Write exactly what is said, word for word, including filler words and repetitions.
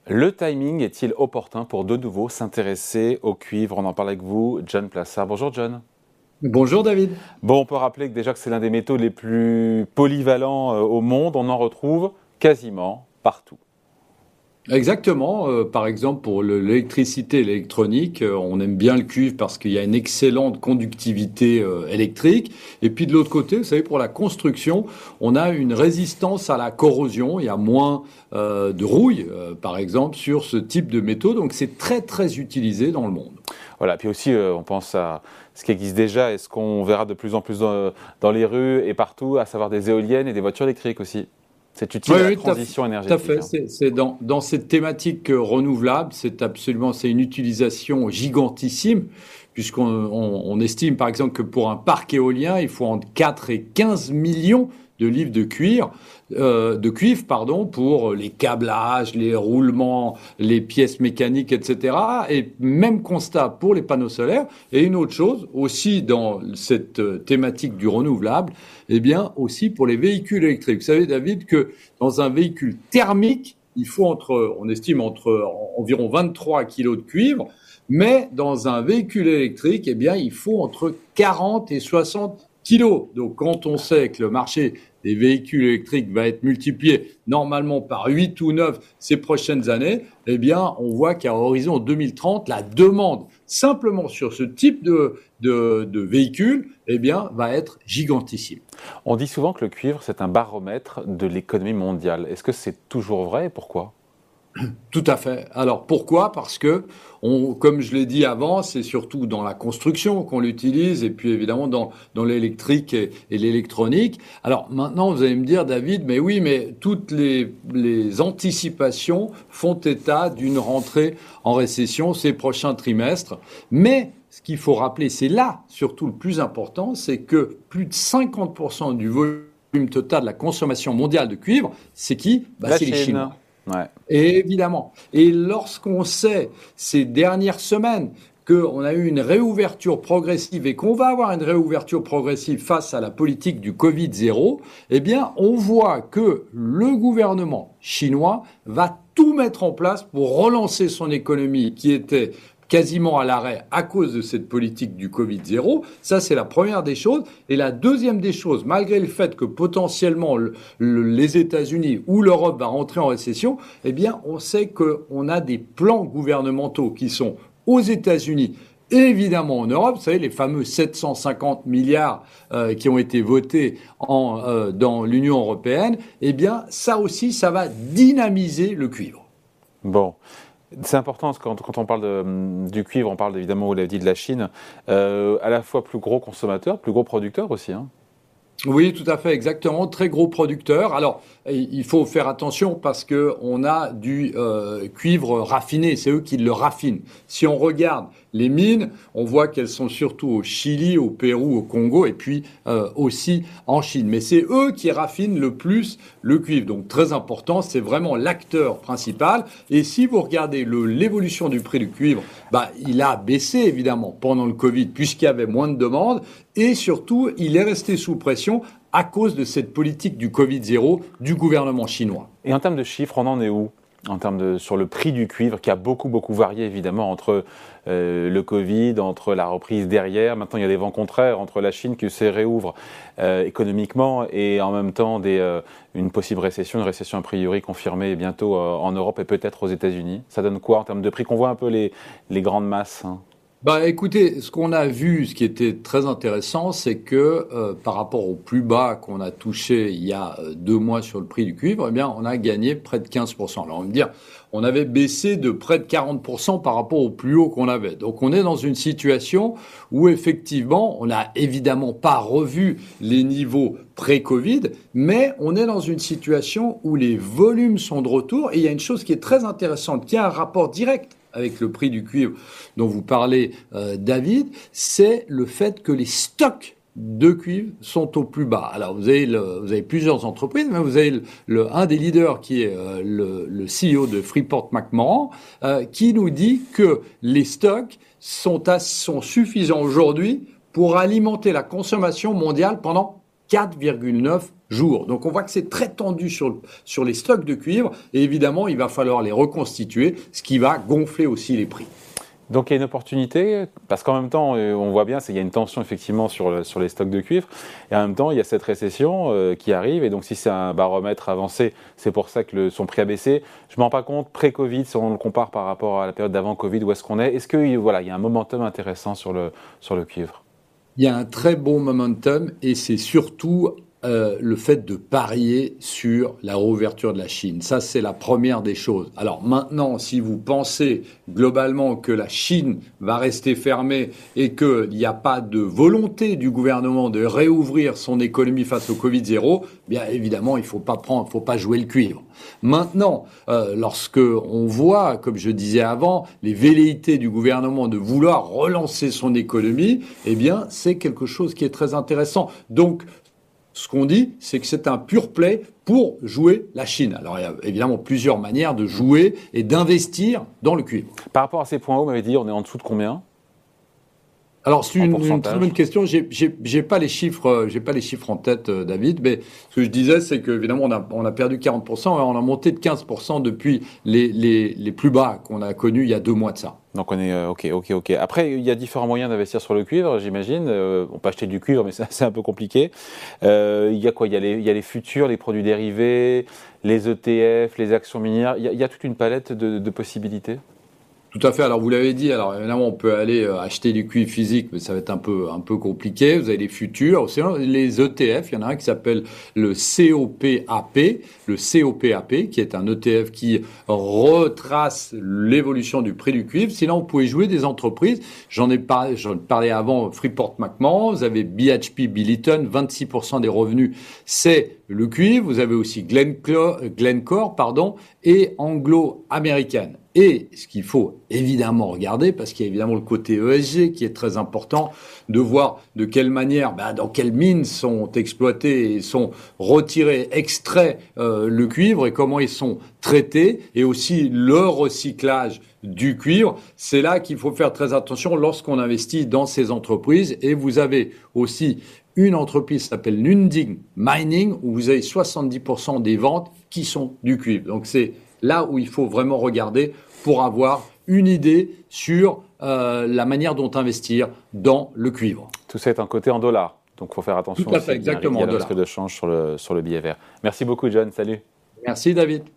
Le timing est-il opportun pour de nouveau s'intéresser au cuivre? On en parle avec vous, John Plassard. Bonjour John. Bonjour David. Bon, on peut rappeler que déjà que c'est l'un des métaux les plus polyvalents euh, au monde. On en retrouve quasiment partout. Exactement. Euh, par exemple, pour le- l'électricité et l'électronique, euh, on aime bien le cuivre parce qu'il y a une excellente conductivité euh, électrique. Et puis de l'autre côté, vous savez, pour la construction, on a une résistance à la corrosion. Il y a moins euh, de rouille, euh, par exemple, sur ce type de métaux. Donc c'est très très utilisé dans le monde. Voilà, puis aussi euh, on pense à ce qui existe déjà et ce qu'on verra de plus en plus dans, dans les rues et partout, à savoir des éoliennes et des voitures électriques aussi. C'est utile Oui, à la oui, tout à fait. transition Tout à énergétique, fait. hein. C'est, c'est dans, dans cette thématique euh, renouvelable, c'est absolument, c'est une utilisation gigantissime, puisqu'on on, on estime par exemple que pour un parc éolien, il faut entre quatre et quinze millions de livres de cuir, euh, de cuivre, pardon, pour les câblages, les roulements, les pièces mécaniques, et cetera. Et même constat pour les panneaux solaires. Et une autre chose, aussi dans cette euh, thématique du renouvelable, eh bien aussi pour les véhicules électriques. Vous savez, David, que dans un véhicule thermique, il faut entre, on estime entre environ vingt-trois kilos de cuivre, mais dans un véhicule électrique, eh bien, il faut entre quarante et soixante kilos. Donc, quand on sait que le marché des véhicules électriques va être multiplié normalement par huit ou neuf ces prochaines années, eh bien, on voit qu'à horizon deux mille trente, la demande simplement sur ce type de, de, de véhicule, eh bien, va être gigantissime. On dit souvent que le cuivre, c'est un baromètre de l'économie mondiale. Est-ce que c'est toujours vrai et pourquoi? Tout à fait. Alors pourquoi? Parce que, on, comme je l'ai dit avant, c'est surtout dans la construction qu'on l'utilise et puis évidemment dans, dans l'électrique et, et l'électronique. Alors maintenant, vous allez me dire, David, mais oui, mais toutes les, les anticipations font état d'une rentrée en récession ces prochains trimestres. Mais ce qu'il faut rappeler, c'est là surtout le plus important, c'est que plus de cinquante pour cent du volume total de la consommation mondiale de cuivre, c'est qui? Bah, La c'est les Chine. Chinois. Ouais. Et évidemment. Et lorsqu'on sait ces dernières semaines qu'on a eu une réouverture progressive et qu'on va avoir une réouverture progressive face à la politique du Covid zéro, eh bien, on voit que le gouvernement chinois va tout mettre en place pour relancer son économie qui était quasiment à l'arrêt à cause de cette politique du Covid zéro. Ça, c'est la première des choses. Et la deuxième des choses, malgré le fait que potentiellement le, le, les États-Unis ou l'Europe va rentrer en récession, eh bien, on sait qu'on a des plans gouvernementaux qui sont aux États-Unis et évidemment en Europe. Vous savez, les fameux sept cent cinquante milliards euh, qui ont été votés en, euh, dans l'Union européenne, eh bien, ça aussi, ça va dynamiser le cuivre. Bon. C'est important parce que quand, quand on parle de, du cuivre, on parle évidemment, vous l'avez dit, de la Chine, euh, à la fois plus gros consommateur, plus gros producteur aussi, hein. Oui, tout à fait, exactement. Très gros producteur. Alors, il faut faire attention parce que on a du euh, cuivre raffiné. C'est eux qui le raffinent. Si on regarde les mines, on voit qu'elles sont surtout au Chili, au Pérou, au Congo et puis euh, aussi en Chine. Mais c'est eux qui raffinent le plus le cuivre. Donc, très important. C'est vraiment l'acteur principal. Et si vous regardez le, l'évolution du prix du cuivre, bah, il a baissé évidemment pendant le Covid puisqu'il y avait moins de demandes. Et surtout, il est resté sous pression à cause de cette politique du Covid zéro du gouvernement chinois. Et en termes de chiffres, on en est où en termes de, sur le prix du cuivre, qui a beaucoup, beaucoup varié évidemment entre euh, le Covid, entre la reprise derrière. Maintenant, il y a des vents contraires entre la Chine qui se réouvre euh, économiquement et en même temps des, euh, une possible récession, une récession a priori confirmée bientôt euh, en Europe et peut-être aux États-Unis. Ça donne quoi en termes de prix? Qu'on voit un peu les, les grandes masses, hein. Bah, écoutez, ce qu'on a vu, ce qui était très intéressant, c'est que euh, par rapport au plus bas qu'on a touché il y a euh, deux mois sur le prix du cuivre, eh bien, on a gagné près de quinze pour cent. Alors, on va me dire, on avait baissé de près de quarante pour cent par rapport au plus haut qu'on avait. Donc, on est dans une situation où, effectivement, on n'a évidemment pas revu les niveaux pré-Covid, mais on est dans une situation où les volumes sont de retour. Et il y a une chose qui est très intéressante, qui a un rapport direct avec le prix du cuivre dont vous parlez, euh, David, c'est le fait que les stocks de cuivre sont au plus bas. Alors vous avez, le, vous avez plusieurs entreprises, mais vous avez le, le, un des leaders qui est euh, le, le C E O de Freeport-McMoRan, euh, qui nous dit que les stocks sont, à, sont suffisants aujourd'hui pour alimenter la consommation mondiale pendant quatre virgule neuf jours. Donc on voit que c'est très tendu sur, sur les stocks de cuivre et évidemment il va falloir les reconstituer, ce qui va gonfler aussi les prix. Donc il y a une opportunité, parce qu'en même temps, on voit bien qu'il y a une tension effectivement sur, le, sur les stocks de cuivre, et en même temps, il y a cette récession euh, qui arrive, et donc si c'est un baromètre avancé, c'est pour ça que le, son prix a baissé. Je ne me rends pas compte, pré-Covid, si on le compare par rapport à la période d'avant Covid, où est-ce qu'on est, est-ce qu'il voilà, y a un momentum intéressant sur le, sur le cuivre? Il y a un très bon momentum, et c'est surtout Euh, le fait de parier sur la réouverture de la Chine. Ça, c'est la première des choses. Alors maintenant, si vous pensez globalement que la Chine va rester fermée et qu'il n'y a pas de volonté du gouvernement de réouvrir son économie face au Covid zéro, bien évidemment, il ne faut pas prendre, faut pas jouer le cuivre. Maintenant, euh, lorsque on voit, comme je disais avant, les velléités du gouvernement de vouloir relancer son économie, eh bien, c'est quelque chose qui est très intéressant. Donc, ce qu'on dit, c'est que c'est un pure play pour jouer la Chine. Alors, il y a évidemment plusieurs manières de jouer et d'investir dans le cuivre. Par rapport à ces points hauts, vous m'avez dit, on est en dessous de combien ? Alors, c'est une, une très bonne question. J'ai, j'ai, j'ai pas les chiffres, j'ai pas les chiffres en tête, euh, David. Mais ce que je disais, c'est que évidemment, on a, on a perdu quarante pour cent et on a monté de quinze pour cent depuis les, les, les plus bas qu'on a connus il y a deux mois de ça. Donc on est euh, ok, ok, ok. Après, il y a différents moyens d'investir sur le cuivre, j'imagine. Euh, on peut acheter du cuivre, mais c'est, c'est un peu compliqué. Euh, il y a quoi ? Il y a les, il y a les futurs, les produits dérivés, les E T F, les actions minières. Il y a, il y a toute une palette de, de possibilités. Tout à fait. Alors, vous l'avez dit. Alors, évidemment, on peut aller euh, acheter du cuivre physique, mais ça va être un peu, un peu compliqué. Vous avez les futurs. Aussi, les E T F. Il y en a un qui s'appelle le C O P A P. Le C O P A P, qui est un E T F qui retrace l'évolution du prix du cuivre. Sinon, vous pouvez jouer des entreprises. J'en ai parlé, j'en parlais avant, Freeport-McMoRan. Vous avez B H P Billiton. vingt-six pour cent des revenus, c'est le cuivre. Vous avez aussi Glencore, Glencore, pardon, et Anglo American. Et ce qu'il faut évidemment regarder, parce qu'il y a évidemment le côté E S G qui est très important, de voir de quelle manière, ben, dans quelles mines sont exploités et sont retirés, extraits euh, le cuivre et comment ils sont traités, et aussi le recyclage du cuivre. C'est là qu'il faut faire très attention lorsqu'on investit dans ces entreprises. Et vous avez aussi une entreprise qui s'appelle Lundin Mining, où vous avez soixante-dix pour cent des ventes qui sont du cuivre. Donc c'est là où il faut vraiment regarder pour avoir une idée sur euh, la manière dont investir dans le cuivre. Tout ça est en coté en dollars, donc il faut faire attention. Tout à fait, aussi, exactement. Il y a le risque de change sur le, sur le billet vert. Merci beaucoup, John. Salut. Merci, David.